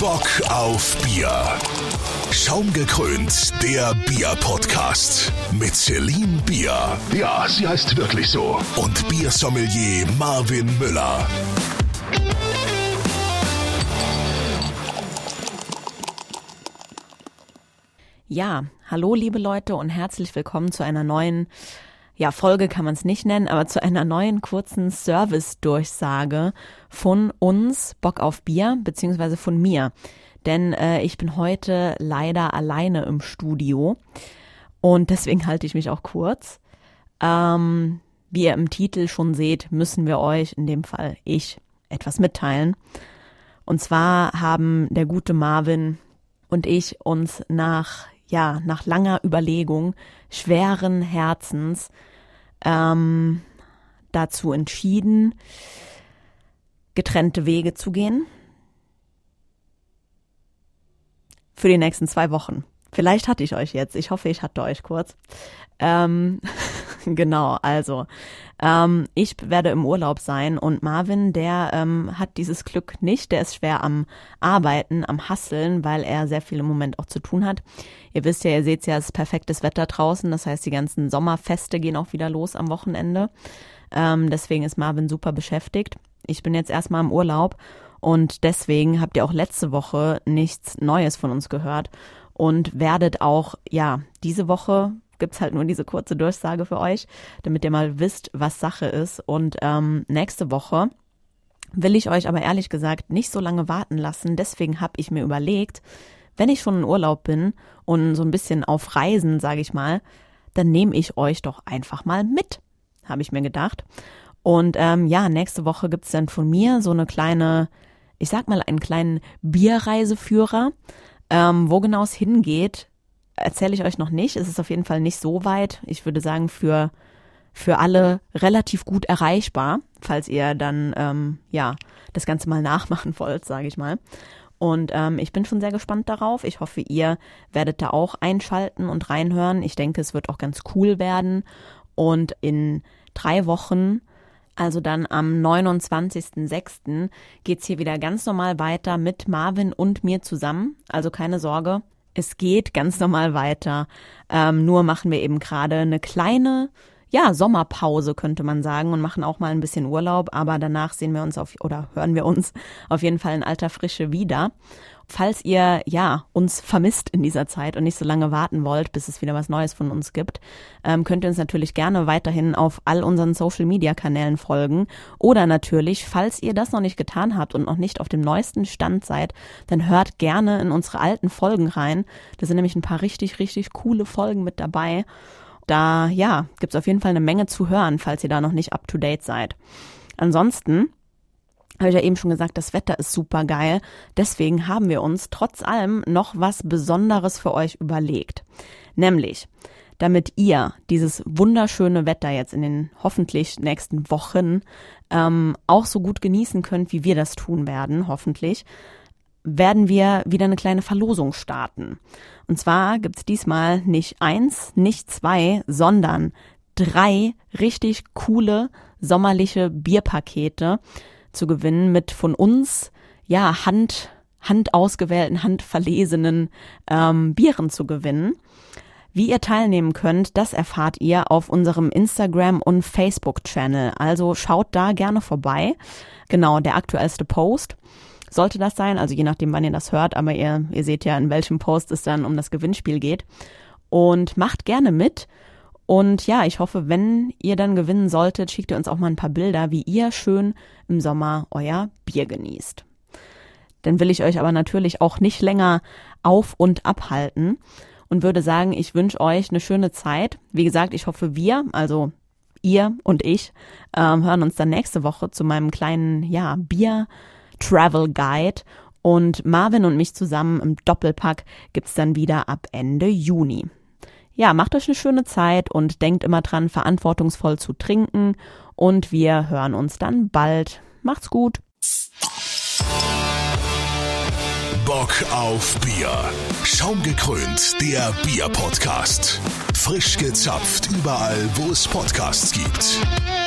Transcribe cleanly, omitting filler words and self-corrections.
Bock auf Bier. Schaumgekrönt, der Bier-Podcast. Mit Celine Bier. Ja, sie heißt wirklich so. Und Biersommelier Marvin Müller. Ja, hallo liebe Leute und herzlich willkommen zu einer neuen, Folge kann man es nicht nennen, aber zu einer neuen kurzen Service-Durchsage von uns, Bock auf Bier, beziehungsweise von mir. Denn ich bin heute leider alleine im Studio und deswegen halte ich mich auch kurz. Wie ihr im Titel schon seht, müssen wir euch, in dem Fall ich, etwas mitteilen. Und zwar haben der gute Marvin und ich uns nach langer Überlegung, schweren Herzens, dazu entschieden, getrennte Wege zu gehen. Für die nächsten 2 Wochen. Vielleicht hatte ich euch jetzt. Ich hoffe, ich hatte euch kurz. Genau, also ich werde im Urlaub sein und Marvin, der hat dieses Glück nicht. Der ist schwer am Arbeiten, am Hustlen, weil er sehr viel im Moment auch zu tun hat. Ihr wisst ja, ihr seht ja, es ist perfektes Wetter draußen. Das heißt, die ganzen Sommerfeste gehen auch wieder los am Wochenende. Deswegen ist Marvin super beschäftigt. Ich bin jetzt erstmal im Urlaub und deswegen habt ihr auch letzte Woche nichts Neues von uns gehört und werdet auch, diese Woche gibt's halt nur diese kurze Durchsage für euch, damit ihr mal wisst, was Sache ist. Und nächste Woche will ich euch aber ehrlich gesagt nicht so lange warten lassen. Deswegen habe ich mir überlegt, wenn ich schon in Urlaub bin und so ein bisschen auf Reisen, sage ich mal, dann nehme ich euch doch einfach mal mit, habe ich mir gedacht. Und nächste Woche gibt's dann von mir so eine kleine, ich sag mal einen kleinen Bierreiseführer. Wo genau es hingeht, erzähle ich euch noch nicht. Es ist auf jeden Fall nicht so weit. Ich würde sagen, für alle relativ gut erreichbar, falls ihr dann das Ganze mal nachmachen wollt, sage ich mal. Und ich bin schon sehr gespannt darauf. Ich hoffe, ihr werdet da auch einschalten und reinhören. Ich denke, es wird auch ganz cool werden. Und in 3 Wochen, also dann am 29.06. geht's hier wieder ganz normal weiter mit Marvin und mir zusammen. Also keine Sorge, es geht ganz normal weiter. Nur machen wir eben gerade eine kleine, Sommerpause, könnte man sagen, und machen auch mal ein bisschen Urlaub. Aber danach hören wir uns auf jeden Fall in alter Frische wieder. Falls ihr uns vermisst in dieser Zeit und nicht so lange warten wollt, bis es wieder was Neues von uns gibt, könnt ihr uns natürlich gerne weiterhin auf all unseren Social-Media-Kanälen folgen. Oder natürlich, falls ihr das noch nicht getan habt und noch nicht auf dem neuesten Stand seid, dann hört gerne in unsere alten Folgen rein. Da sind nämlich ein paar richtig, richtig coole Folgen mit dabei. Da, gibt's auf jeden Fall eine Menge zu hören, falls ihr da noch nicht up to date seid. Ansonsten habe ich ja eben schon gesagt, das Wetter ist super geil. Deswegen haben wir uns trotz allem noch was Besonderes für euch überlegt. Nämlich, damit ihr dieses wunderschöne Wetter jetzt in den hoffentlich nächsten Wochen auch so gut genießen könnt, wie wir das tun werden, hoffentlich, werden wir wieder eine kleine Verlosung starten. Und zwar gibt's diesmal nicht 1, nicht 2, sondern 3 richtig coole sommerliche Bierpakete zu gewinnen mit von uns, handausgewählten, handverlesenen Bieren zu gewinnen. Wie ihr teilnehmen könnt, das erfahrt ihr auf unserem Instagram- und Facebook-Channel. Also schaut da gerne vorbei. Genau, der aktuellste Post sollte das sein, also je nachdem, wann ihr das hört, aber ihr seht ja, in welchem Post es dann um das Gewinnspiel geht. Und macht gerne mit. Und ich hoffe, wenn ihr dann gewinnen solltet, schickt ihr uns auch mal ein paar Bilder, wie ihr schön im Sommer euer Bier genießt. Dann will ich euch aber natürlich auch nicht länger auf- und abhalten und würde sagen, ich wünsche euch eine schöne Zeit. Wie gesagt, ich hoffe, wir, also ihr und ich, hören uns dann nächste Woche zu meinem kleinen, Bier-Travel-Guide. Und Marvin und mich zusammen im Doppelpack gibt's dann wieder ab Ende Juni. Macht euch eine schöne Zeit und denkt immer dran, verantwortungsvoll zu trinken. Und wir hören uns dann bald. Macht's gut. Bock auf Bier. Schaumgekrönt, der Bier-Podcast. Frisch gezapft überall, wo es Podcasts gibt.